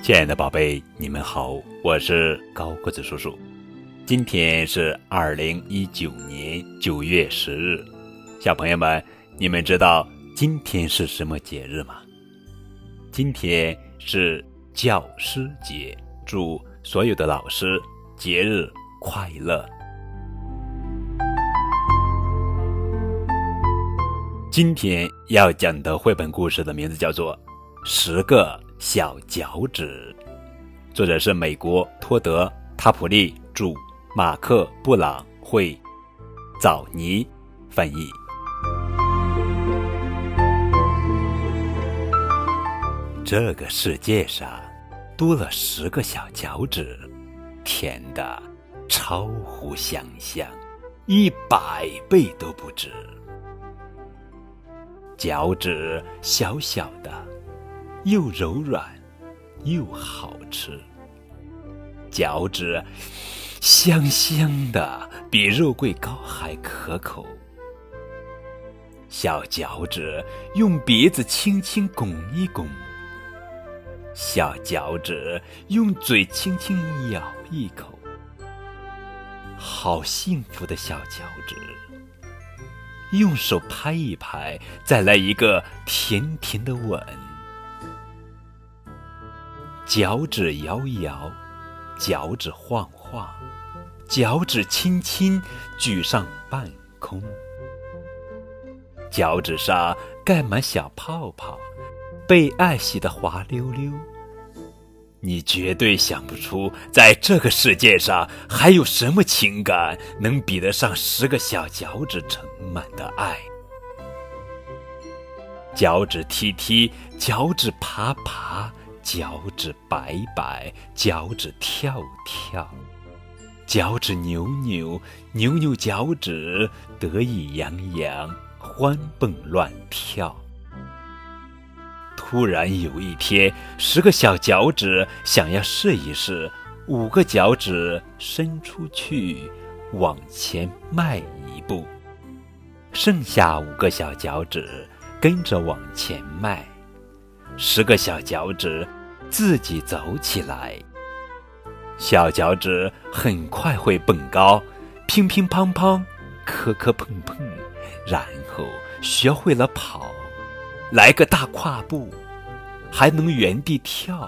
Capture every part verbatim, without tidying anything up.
亲爱的宝贝，你们好，我是高个子叔叔。今天是二零一九年九月十日，小朋友们，你们知道今天是什么节日吗？今天是教师节，祝所有的老师节日快乐。今天要讲的绘本故事的名字叫做《十个小脚趾》，作者是美国托德·塔普利著，马克·布朗绘，枣泥翻译。这个世界上多了十个小脚趾，甜的超乎想象，一百倍都不止。脚趾小小的，又柔软又好吃，脚趾香香的，比肉桂糕还可口。小脚趾用鼻子轻轻拱一拱，小脚趾用嘴轻轻咬一口，好幸福的小脚趾。用手拍一拍，再来一个甜甜的吻。脚趾摇摇，脚趾晃晃，脚趾轻轻举上半空。脚趾上盖满小泡泡，被爱洗得滑溜溜。你绝对想不出，在这个世界上还有什么情感能比得上十个小脚趾盛满的爱。脚趾踢踢，脚趾爬爬，脚趾摆摆，脚趾跳跳，脚趾扭扭，扭扭脚趾，得意洋洋，欢蹦乱跳。突然有一天，十个小脚趾想要试一试，五个脚趾伸出去，往前迈一步，剩下五个小脚趾跟着往前迈。十个小脚趾自己走起来。小脚趾很快会蹦高，乒乒乓乓，磕磕碰碰，然后学会了跑，来个大跨步，还能原地跳。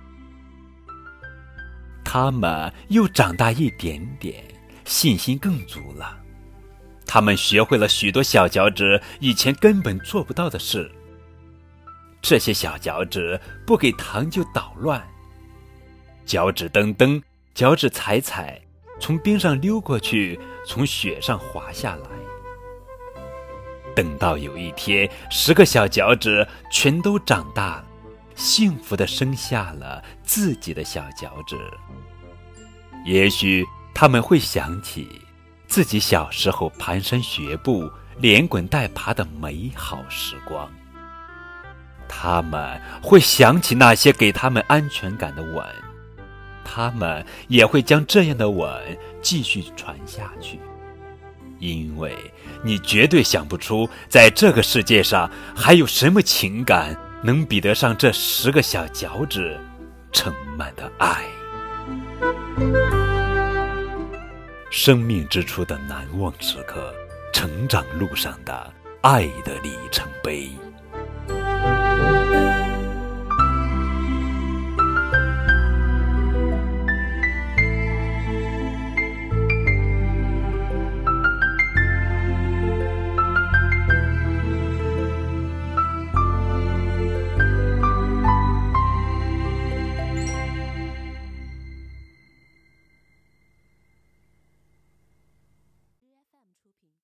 他们又长大一点点，信心更足了。他们学会了许多小脚趾以前根本做不到的事。这些小脚趾不给糖就捣乱，脚趾蹬蹬，脚趾踩踩，从冰上溜过去，从雪上滑下来。等到有一天，十个小脚趾全都长大了，幸福地生下了自己的小脚趾。也许他们会想起自己小时候蹒跚学步，连滚带爬的美好时光。他们会想起那些给他们安全感的吻，他们也会将这样的吻继续传下去。因为你绝对想不出，在这个世界上还有什么情感能比得上这十个小脚趾盛满的爱。生命之初的难忘时刻，成长路上的爱的里程碑。